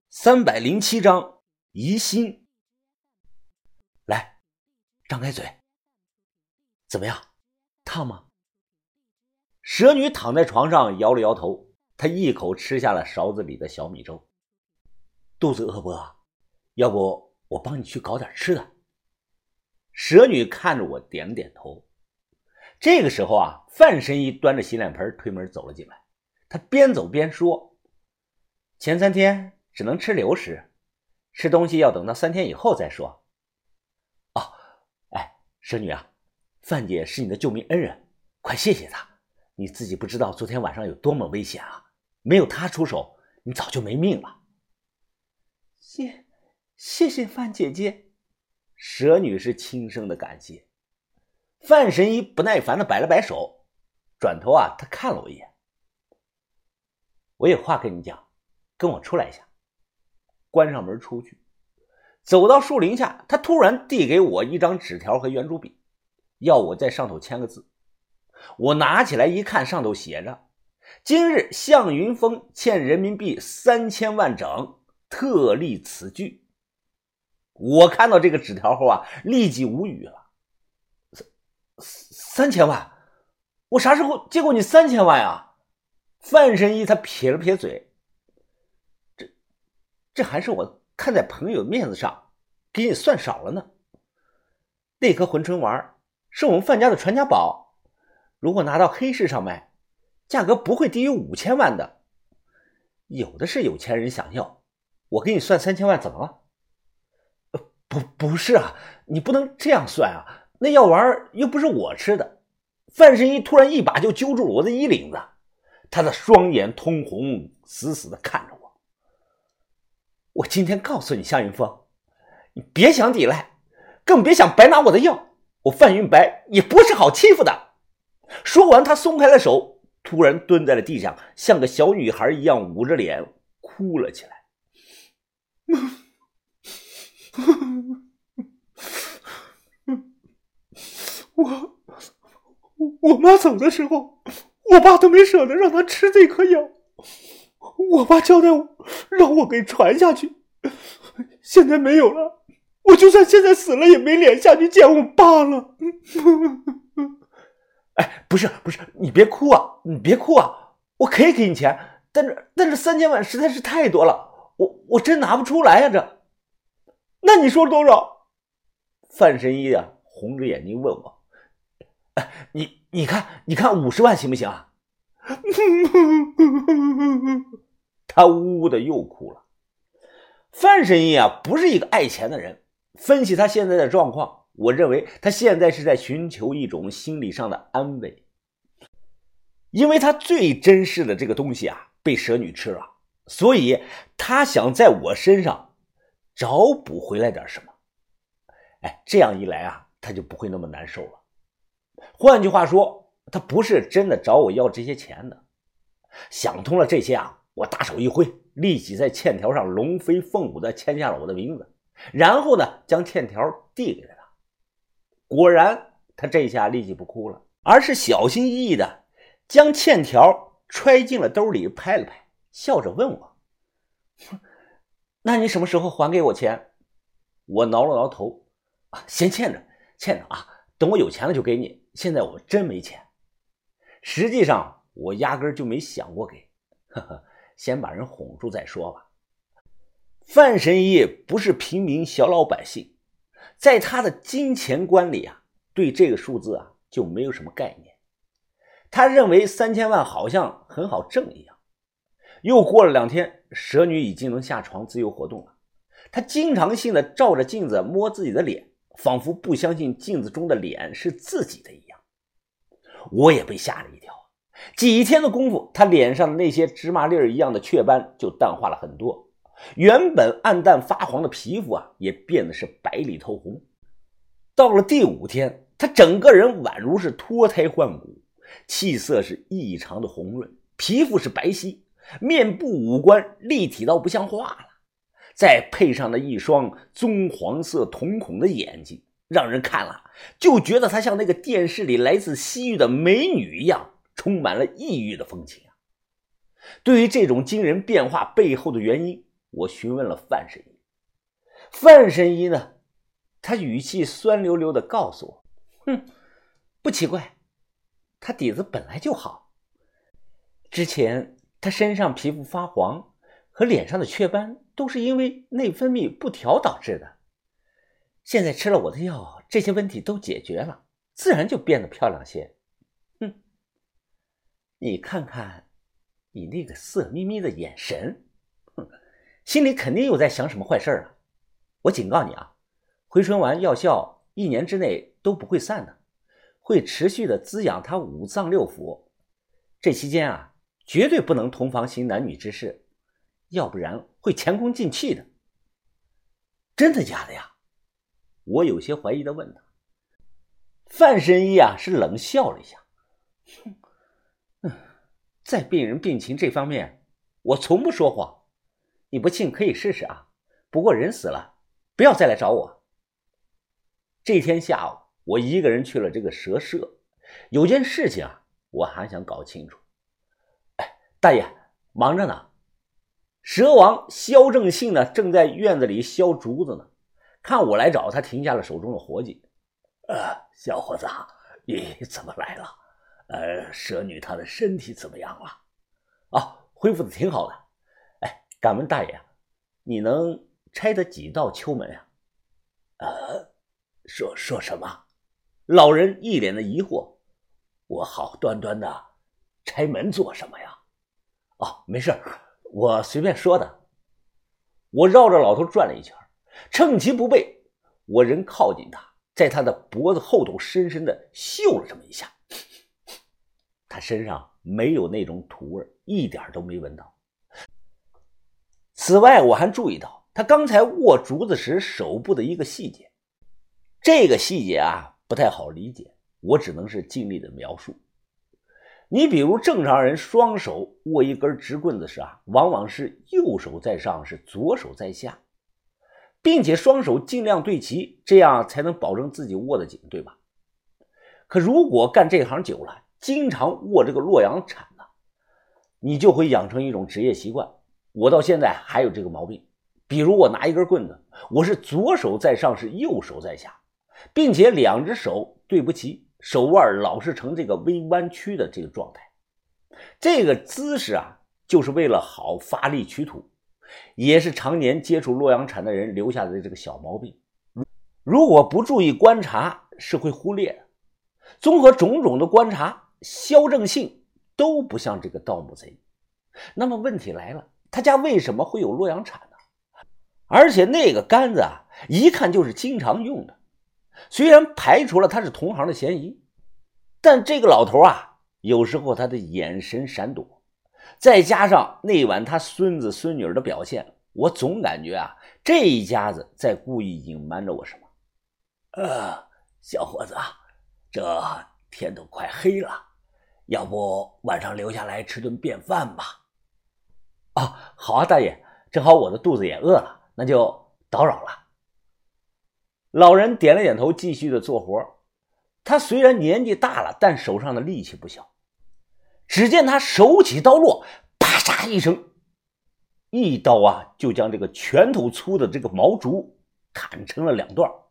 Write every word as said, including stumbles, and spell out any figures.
三百零七章疑心。来，张开嘴。怎么样，烫吗？蛇女躺在床上摇了摇头，她一口吃下了勺子里的小米粥。肚子饿不饿？要不我帮你去搞点吃的。蛇女看着我点了点头。这个时候啊，范神医端着洗脸盆推门走了进来，他边走边说，前三天只能吃流食，吃东西要等到三天以后再说。哦，哎，蛇女啊，范姐是你的救命恩人，快谢谢她。你自己不知道昨天晚上有多么危险啊，没有她出手，你早就没命了。 谢谢谢范姐姐。 蛇女是轻声的感谢。范神医不耐烦的摆了摆手，转头啊，他看了我一眼。我有话跟你讲，跟我出来一下。关上门出去，走到树林下，他突然递给我一张纸条和圆珠笔，要我在上头签个字。我拿起来一看，上头写着，今日向云峰欠人民币三千万整，特立此据。我看到这个纸条后啊，立即无语了。三千万？我啥时候借过你三千万啊？范神医他撇了撇嘴，这这还是我看在朋友面子上给你算少了呢。那颗魂春丸是我们范家的传家宝，如果拿到黑市上卖，价格不会低于五千万的。有的是有钱人想要，我给你算三千万怎么了？呃、不不是啊，你不能这样算啊，那药丸又不是我吃的。范神医突然一把就揪住了我的衣领子，他的双眼通红，死死地看着我。我今天告诉你，夏云峰，你别想抵赖，更别想白拿我的药，我范云白也不是好欺负的。说完，他松开了手，突然蹲在了地上，像个小女孩一样捂着脸哭了起来。 我我妈走的时候，我爸都没舍得让她吃这颗药，我爸交代我让我给传下去，现在没有了，我就算现在死了也没脸下去见我爸了。 哎，不是不是，你别哭啊，你别哭啊，我可以给你钱，但是但是三千万实在是太多了，我我真拿不出来呀、啊、这。 那你说多少？ 范神医啊，红着眼睛问我，哎、你你看你看五十万行不行啊？他呜呜的又哭了。范神医啊，不是一个爱钱的人。分析他现在的状况，我认为他现在是在寻求一种心理上的安慰，因为他最珍视的这个东西啊，被蛇女吃了，所以他想在我身上找补回来点什么。哎，这样一来啊，他就不会那么难受了。换句话说，他不是真的找我要这些钱的。想通了这些啊，我大手一挥，立即在欠条上龙飞凤舞的签下了我的名字，然后呢，将欠条递给了他。果然，他这下立即不哭了，而是小心翼翼的将欠条揣进了兜里，拍了拍，笑着问我：“那你什么时候还给我钱？”我挠了挠头，啊，先欠着，欠着啊，等我有钱了就给你。现在我真没钱。实际上，我压根就没想过给，呵呵，先把人哄住再说吧。范神医不是平民小老百姓，在他的金钱观里啊，对这个数字啊就没有什么概念。他认为三千万好像很好挣一样。又过了两天，蛇女已经能下床自由活动了。她经常性的照着镜子摸自己的脸，仿佛不相信镜子中的脸是自己的一样。我也被吓了一跳，几天的功夫，她脸上的那些芝麻粒一样的雀斑就淡化了很多，原本暗淡发黄的皮肤啊，也变得是白里透红。到了第五天，她整个人宛如是脱胎换骨，气色是异常的红润，皮肤是白皙，面部五官立体到不像话了。再配上那一双棕黄色瞳孔的眼睛，让人看了就觉得她像那个电视里来自西域的美女一样，充满了异域的风情啊。对于这种惊人变化背后的原因， 我询问了范神医。范神医呢，他语气酸溜溜地告诉我，哼，不奇怪，他底子本来就好。之前他身上皮肤发黄和脸上的雀斑都是因为内分泌不调导致的，现在吃了我的药，这些问题都解决了，自然就变得漂亮些。哼，你看看你那个色眯眯的眼神，哼，心里肯定又在想什么坏事啊。我警告你啊，回春丸药效一年之内都不会散的，会持续的滋养他五脏六腑。这期间啊，绝对不能同房行男女之事，要不然会前功尽弃的。真的假的呀？我有些怀疑的问他。范神医啊是冷笑了一下，在病人病情这方面，我从不说谎。你不信可以试试啊，不过人死了，不要再来找我。这天下午，我一个人去了这个蛇舍，有件事情啊，我还想搞清楚。哎，大爷，忙着呢。蛇王萧正信呢，正在院子里削竹子呢，看我来找他，停下了手中的活计。 呃，小伙子，你怎么来了？呃，蛇女她的身体怎么样了？ 啊，恢复的挺好的。哎，敢问大爷，你能拆得几道秋门呀？ 呃，说说什么？ 老人一脸的疑惑。 我好端端的拆门做什么呀？ 哦，没事，我随便说的。我绕着老头转了一圈，趁其不备，我人靠近他，在他的脖子后头深深的嗅了这么一下。他身上没有那种土味，一点都没闻到。此外，我还注意到他刚才握竹子时手部的一个细节。这个细节啊不太好理解，我只能是尽力的描述。你比如正常人双手握一根直棍子时啊，往往是右手在上，是左手在下，并且双手尽量对齐，这样才能保证自己握得紧，对吧？可如果干这行久了，经常握这个洛阳铲呢，你就会养成一种职业习惯。我到现在还有这个毛病，比如我拿一根棍子，我是左手在上，是右手在下，并且两只手对不齐，手腕老是呈这个微弯曲的这个状态。这个姿势啊，就是为了好发力取土，也是常年接触洛阳铲的人留下的这个小毛病。如果不注意观察，是会忽略的。综合种种的观察，萧正信都不像这个盗墓贼。那么问题来了，他家为什么会有洛阳铲呢？而且那个杆子啊，一看就是经常用的。虽然排除了他是同行的嫌疑，但这个老头啊，有时候他的眼神闪躲，再加上那晚他孙子孙女的表现，我总感觉啊，这一家子在故意隐瞒着我什么。 呃，小伙子，这天都快黑了，要不晚上留下来吃顿便饭吧？ 啊，好啊，大爷，正好我的肚子也饿了，那就打扰了。老人点了点头，继续的做活。他虽然年纪大了，但手上的力气不小。只见他手起刀落，啪嚓一声，一刀啊就将这个拳头粗的这个毛竹砍成了两段。